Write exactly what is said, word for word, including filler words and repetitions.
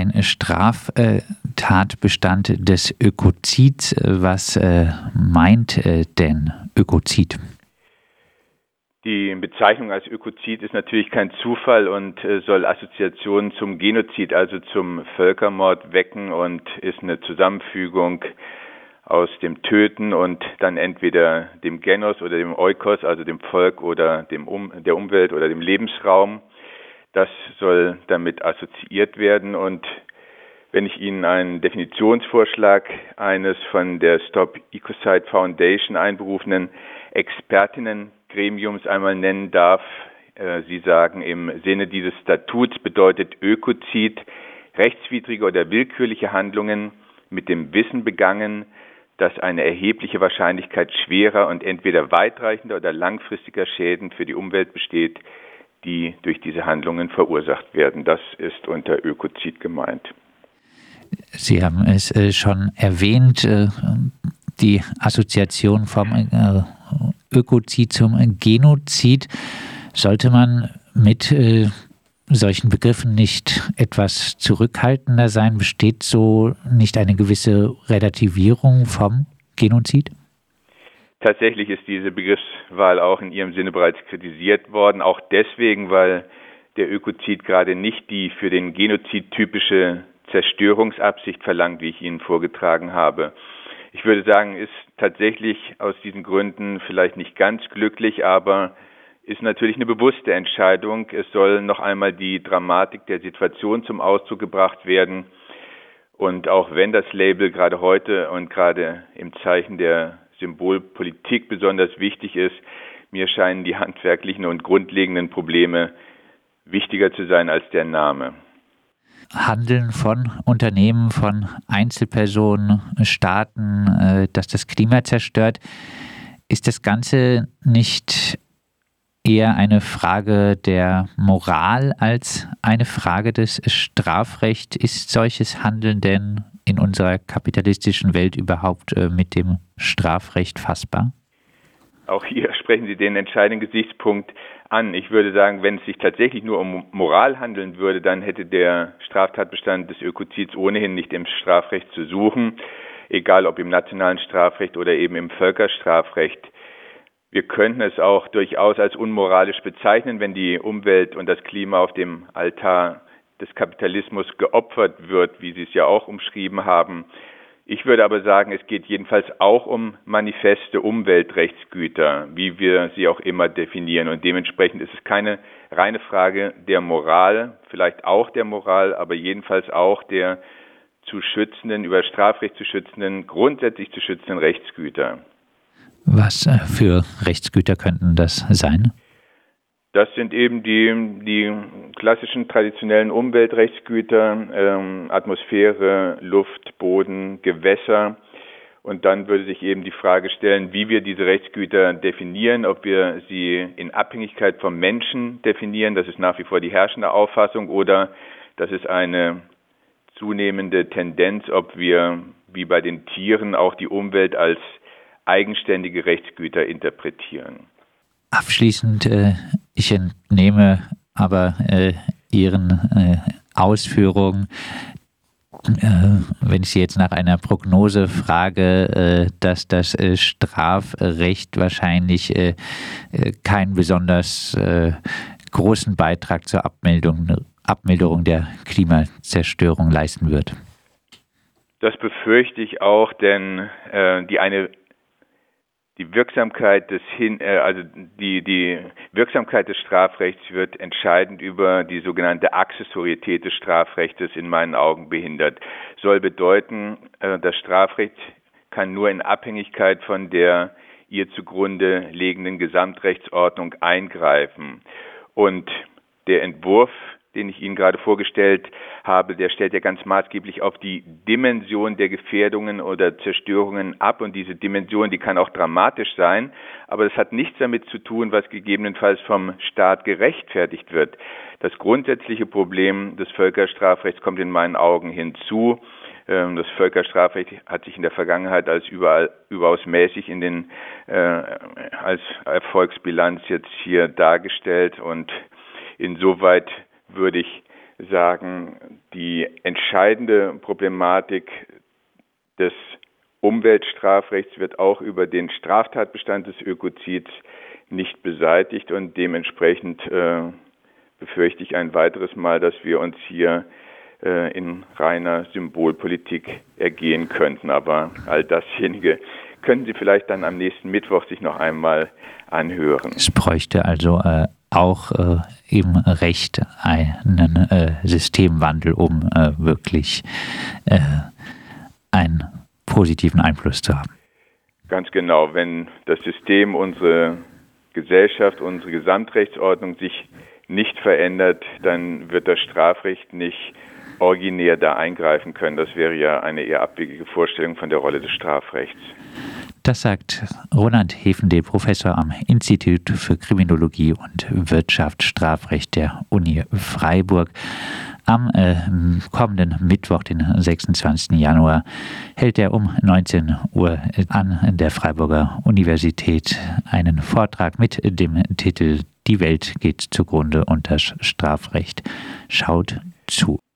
ein Straftatbestand des Ökozids. Was äh, meint äh, denn Ökozid? Die Bezeichnung als Ökozid ist natürlich kein Zufall und äh, soll Assoziationen zum Genozid, also zum Völkermord wecken, und ist eine Zusammenfügung aus dem Töten und dann entweder dem Genos oder dem Oikos, also dem Volk oder dem um, der Umwelt oder dem Lebensraum. Das soll damit assoziiert werden. Und wenn ich Ihnen einen Definitionsvorschlag eines von der Stop Ecocide Foundation einberufenen Expertinnengremiums einmal nennen darf, äh, Sie sagen, im Sinne dieses Statuts bedeutet Ökozid rechtswidrige oder willkürliche Handlungen mit dem Wissen begangen, dass eine erhebliche Wahrscheinlichkeit schwerer und entweder weitreichender oder langfristiger Schäden für die Umwelt besteht, die durch diese Handlungen verursacht werden. Das ist unter Ökozid gemeint. Sie haben es äh, schon erwähnt, äh, die Assoziation vom äh, Ökozid zum Genozid. Sollte man mit äh, solchen Begriffen nicht etwas zurückhaltender sein? Besteht so nicht eine gewisse Relativierung vom Genozid? Tatsächlich ist diese Begriffswahl auch in ihrem Sinne bereits kritisiert worden, auch deswegen, weil der Ökozid gerade nicht die für den Genozid typische Zerstörungsabsicht verlangt, wie ich Ihnen vorgetragen habe. Ich würde sagen, ist tatsächlich aus diesen Gründen vielleicht nicht ganz glücklich, aber ist natürlich eine bewusste Entscheidung. Es soll noch einmal die Dramatik der Situation zum Ausdruck gebracht werden. Und auch wenn das Label gerade heute und gerade im Zeichen der Symbolpolitik besonders wichtig ist, mir scheinen die handwerklichen und grundlegenden Probleme wichtiger zu sein als der Name. Handeln von Unternehmen, von Einzelpersonen, Staaten, äh, das das Klima zerstört. Ist das Ganze nicht eher eine Frage der Moral als eine Frage des Strafrechts? Ist solches Handeln denn in unserer kapitalistischen Welt überhaupt äh, mit dem Strafrecht fassbar? Auch hier sprechen Sie den entscheidenden Gesichtspunkt an. Ich würde sagen, wenn es sich tatsächlich nur um Moral handeln würde, dann hätte der Straftatbestand des Ökozids ohnehin nicht im Strafrecht zu suchen, egal ob im nationalen Strafrecht oder eben im Völkerstrafrecht. Wir könnten es auch durchaus als unmoralisch bezeichnen, wenn die Umwelt und das Klima auf dem Altar des Kapitalismus geopfert wird, wie Sie es ja auch umschrieben haben. Ich würde aber sagen, es geht jedenfalls auch um manifeste Umweltrechtsgüter, wie wir sie auch immer definieren. Und dementsprechend ist es keine reine Frage der Moral, vielleicht auch der Moral, aber jedenfalls auch der zu schützenden, über Strafrecht zu schützenden, grundsätzlich zu schützenden Rechtsgüter. Was für Rechtsgüter könnten das sein? Das sind eben die, die klassischen traditionellen Umweltrechtsgüter, ähm, Atmosphäre, Luft, Boden, Gewässer. Und dann würde sich eben die Frage stellen, wie wir diese Rechtsgüter definieren, ob wir sie in Abhängigkeit vom Menschen definieren, das ist nach wie vor die herrschende Auffassung, oder das ist eine zunehmende Tendenz, ob wir wie bei den Tieren auch die Umwelt als eigenständige Rechtsgüter interpretieren. Abschließend, äh, ich entnehme aber äh, Ihren äh, Ausführungen, äh, wenn ich Sie jetzt nach einer Prognose frage, äh, dass das äh, Strafrecht wahrscheinlich äh, äh, keinen besonders äh, großen Beitrag zur Abmildung, Abmilderung der Klimazerstörung leisten wird. Das befürchte ich auch, denn äh, die eine Die Wirksamkeit des Hin, äh, also die, die Wirksamkeit des Strafrechts wird entscheidend über die sogenannte Accessorität des Strafrechtes in meinen Augen behindert. Soll bedeuten, äh, das Strafrecht kann nur in Abhängigkeit von der ihr zugrunde liegenden Gesamtrechtsordnung eingreifen. Und der Entwurf, den ich Ihnen gerade vorgestellt habe, der stellt ja ganz maßgeblich auf die Dimension der Gefährdungen oder Zerstörungen ab. Und diese Dimension, die kann auch dramatisch sein, aber das hat nichts damit zu tun, was gegebenenfalls vom Staat gerechtfertigt wird. Das grundsätzliche Problem des Völkerstrafrechts kommt in meinen Augen hinzu. Das Völkerstrafrecht hat sich in der Vergangenheit als überall, überaus mäßig in den, äh, als Erfolgsbilanz jetzt hier dargestellt, und insoweit würde ich sagen, die entscheidende Problematik des Umweltstrafrechts wird auch über den Straftatbestand des Ökozids nicht beseitigt und dementsprechend äh, befürchte ich ein weiteres Mal, dass wir uns hier äh, in reiner Symbolpolitik ergehen könnten. Aber all dasjenige können Sie vielleicht dann am nächsten Mittwoch sich noch einmal anhören. Es bräuchte also äh, auch äh, eben recht einen äh, Systemwandel, um äh, wirklich äh, einen positiven Einfluss zu haben. Ganz genau. Wenn das System, unsere Gesellschaft, unsere Gesamtrechtsordnung sich nicht verändert, dann wird das Strafrecht nicht originär da eingreifen können. Das wäre ja eine eher abwegige Vorstellung von der Rolle des Strafrechts. Das sagt Roland Hefendel, Professor am Institut für Kriminologie und Wirtschaftsstrafrecht der Uni Freiburg. Am äh, kommenden Mittwoch, den sechsundzwanzigsten Januar, hält er um neunzehn Uhr an der Freiburger Universität einen Vortrag mit dem Titel „Die Welt geht zugrunde und das Strafrecht schaut zu“.